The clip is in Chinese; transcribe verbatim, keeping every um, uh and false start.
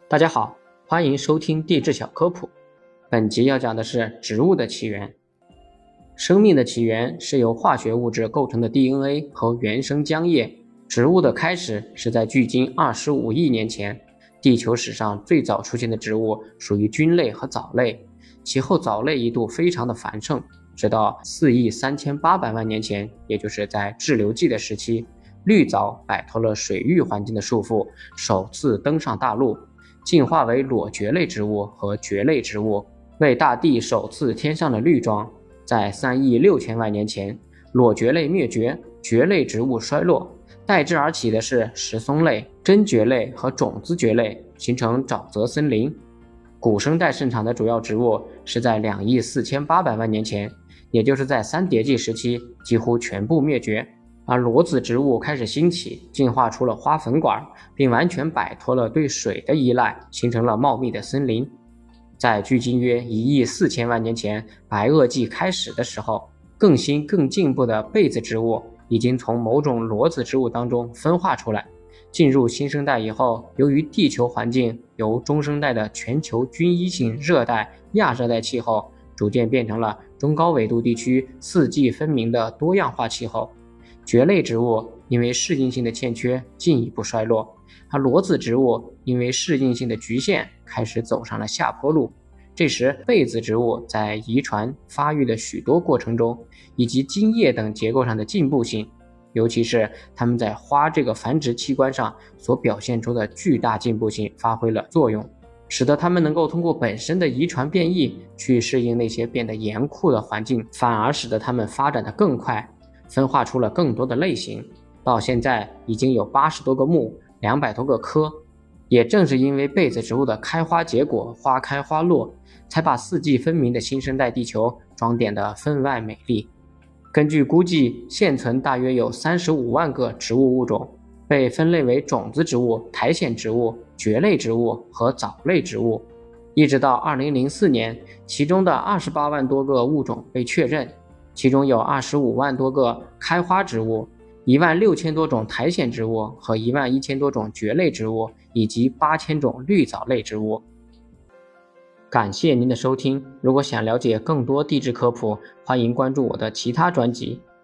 大家好，欢迎收听地质小科普。本集要讲的是植物的起源。生命的起源是由化学物质构成的 D N A 和原生浆液。植物的开始是在距今二十五亿年前。地球史上最早出现的植物属于菌类和藻类，其后藻类一度非常的繁盛，直到四亿三千八百万年前，也就是在志留纪的时期，绿藻摆脱了水域环境的束缚，首次登上大陆，进化为裸蕨类植物和蕨类植物，为大地首次添上了绿装。在三亿六千万年前，裸蕨类灭绝，蕨类植物衰落，代之而起的是石松类、真蕨类和种子蕨类，形成沼泽森林。古生代盛产的主要植物是在两亿四千八百万年前，也就是在三叠纪时期几乎全部灭绝，而裸子植物开始兴起，进化出了花粉管，并完全摆脱了对水的依赖，形成了茂密的森林。在距今约一亿四千万年前白垩纪开始的时候，更新更进步的被子植物已经从某种裸子植物当中分化出来。进入新生代以后，由于地球环境由中生代的全球均一性热带、亚热带气候，逐渐变成了中高纬度地区四季分明的多样化气候。蕨类植物因为适应性的欠缺进一步衰落，而裸子植物因为适应性的局限开始走上了下坡路。这时被子植物在遗传发育的许多过程中，以及茎叶等结构上的进步性，尤其是它们在花这个繁殖器官上所表现出的巨大进步性发挥了作用，使得它们能够通过本身的遗传变异去适应那些变得严酷的环境，反而使得它们发展得更快，分化出了更多的类型。到现在已经有八十多个目，两百多个科。也正是因为被子植物的开花结果，花开花落，才把四季分明的新生代地球装点得分外美丽。根据估计，现存大约有三十五万个植物物种，被分类为种子植物、苔藓植物、蕨类植物和藻类植物。一直到二零零四年，其中的二十八万多个物种被确认，其中有二十五万多个开花植物，一万六千多种苔藓植物和一万一千多种蕨类植物，以及八千种绿藻类植物。感谢您的收听，如果想了解更多地质科普，欢迎关注我的其他专辑。